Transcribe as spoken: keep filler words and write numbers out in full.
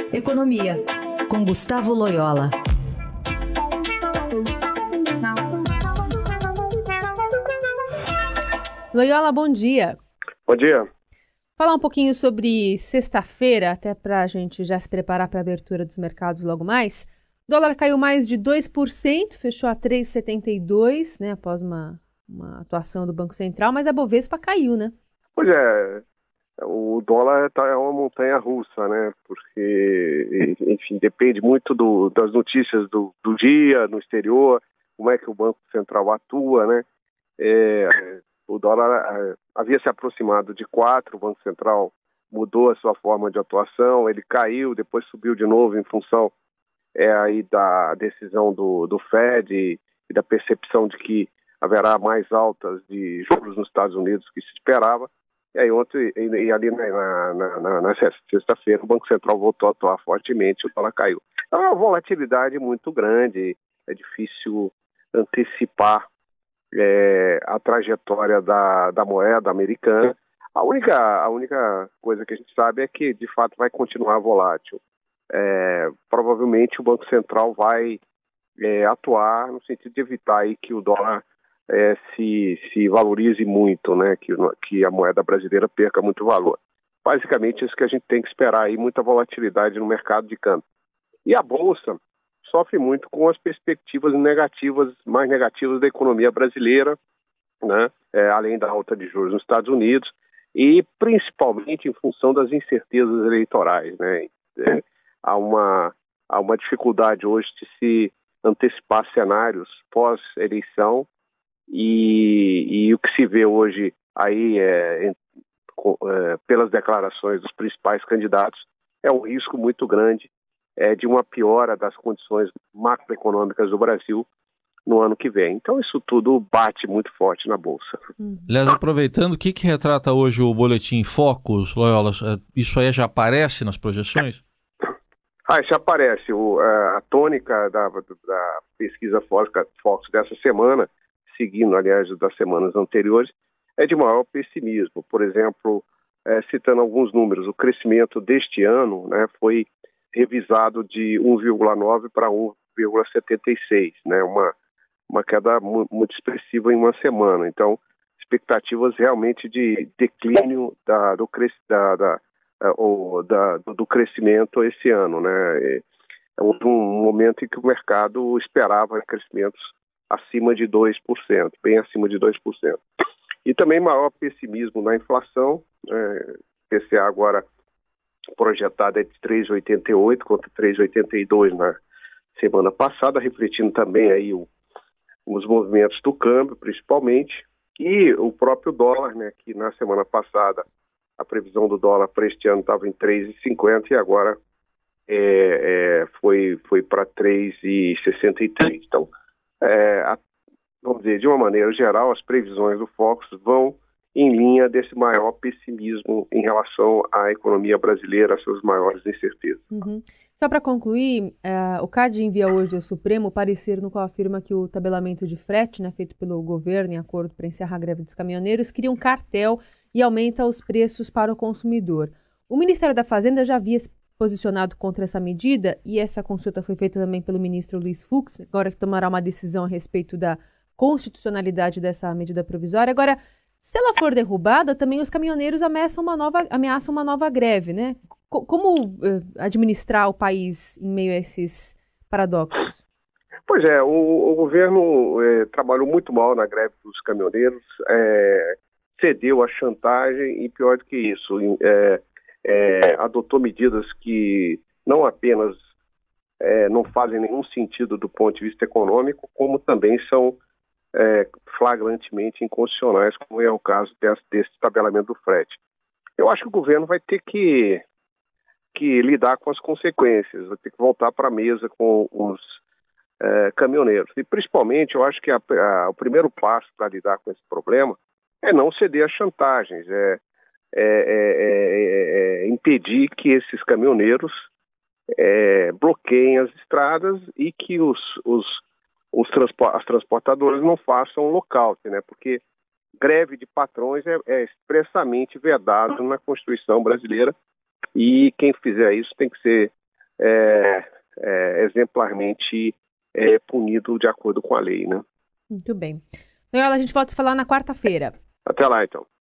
Economia, com Gustavo Loyola. Loyola, bom dia. Bom dia. Falar um pouquinho sobre sexta-feira, até para a gente já se preparar para a abertura dos mercados logo mais. O dólar caiu mais de dois por cento, fechou a três vírgula setenta e dois, né, após uma, uma atuação do Banco Central, mas a Bovespa caiu, né? Pois é, o dólar tá, é uma montanha russa, né? Porque, enfim, depende muito do, das notícias do, do dia no exterior, como é que o Banco Central atua, né? É, o dólar havia se aproximado de quatro, o Banco Central mudou a sua forma de atuação, ele caiu, depois subiu de novo em função é, aí da decisão do, do Fed e, e da percepção de que haverá mais altas de juros nos Estados Unidos que se esperava. E aí ontem, e, e ali na, na, na, na sexta-feira, o Banco Central voltou a atuar fortemente, o dólar caiu. É uma volatilidade muito grande, é difícil antecipar É, a trajetória da, da moeda americana. A única, a única coisa que a gente sabe é que, de fato, vai continuar volátil. É, provavelmente o Banco Central vai é, atuar no sentido de evitar aí que o dólar é, se, se valorize muito, né? que, que a moeda brasileira perca muito valor. Basicamente, isso que a gente tem que esperar aí, muita volatilidade no mercado de câmbio. E a Bolsa sofre muito com as perspectivas negativas, mais negativas da economia brasileira, né? É, além da alta de juros nos Estados Unidos, e principalmente em função das incertezas eleitorais, né? É, há, uma, há uma dificuldade hoje de se antecipar cenários pós-eleição, e, e o que se vê hoje aí, é, é, pelas declarações dos principais candidatos, é um risco muito grande É, de uma piora das condições macroeconômicas do Brasil no ano que vem. Então isso tudo bate muito forte na Bolsa. Aliás, aproveitando, o que, que retrata hoje o Boletim Focus, Loyola? Isso aí já aparece nas projeções? Ah, isso aparece. O, a tônica da, da pesquisa Focus dessa semana, seguindo, aliás, das semanas anteriores, é de maior pessimismo. Por exemplo, é, citando alguns números, o crescimento deste ano, né, foi revisado de um vírgula nove para um vírgula setenta e seis, né? Uma, uma queda muito expressiva em uma semana. Então, expectativas realmente de declínio da, do, da, da, da, do crescimento esse ano, né? É um momento em que o mercado esperava crescimentos acima de dois por cento, bem acima de dois por cento. E também maior pessimismo na inflação, né? P C A agora projetada é de três vírgula oitenta e oito contra três vírgula oitenta e dois na semana passada, refletindo também aí o, os movimentos do câmbio, principalmente, e o próprio dólar, né, que na semana passada a previsão do dólar para este ano estava em três vírgula cinquenta e agora é, é, foi, foi para três vírgula sessenta e três. Então, é, a, vamos dizer, de uma maneira geral, as previsões do Focus vão em linha desse maior pessimismo em relação à economia brasileira, às suas maiores incertezas. Uhum. Só para concluir, uh, o C A D envia hoje ao Supremo o parecer no qual afirma que o tabelamento de frete, né, feito pelo governo em acordo para encerrar a greve dos caminhoneiros, cria um cartel e aumenta os preços para o consumidor. O Ministério da Fazenda já havia se posicionado contra essa medida e essa consulta foi feita também pelo ministro Luiz Fux, agora que tomará uma decisão a respeito da constitucionalidade dessa medida provisória. Agora, se ela for derrubada, também os caminhoneiros ameaçam uma nova, ameaçam uma nova greve, né? C- como uh, administrar o país em meio a esses paradoxos? Pois é, o, o governo é, trabalhou muito mal na greve dos caminhoneiros, é, cedeu à chantagem e, pior do que isso, é, é, adotou medidas que não apenas é, não fazem nenhum sentido do ponto de vista econômico, como também são É, flagrantemente inconstitucionais, como é o caso desse, desse tabelamento do frete. Eu acho que o governo vai ter que, que lidar com as consequências, vai ter que voltar para a mesa com os é, caminhoneiros. E, principalmente, eu acho que a, a, o primeiro passo para lidar com esse problema é não ceder às chantagens, é, é, é, é, é impedir que esses caminhoneiros é, bloqueiem as estradas e que os, os Os transport, as transportadoras não façam lockout, né? Porque greve de patrões é, é expressamente vedado na Constituição brasileira e quem fizer isso tem que ser é, é, exemplarmente é, punido de acordo com a lei, né? Muito bem. Loyola, a gente volta a se falar na quarta-feira. Até lá, então.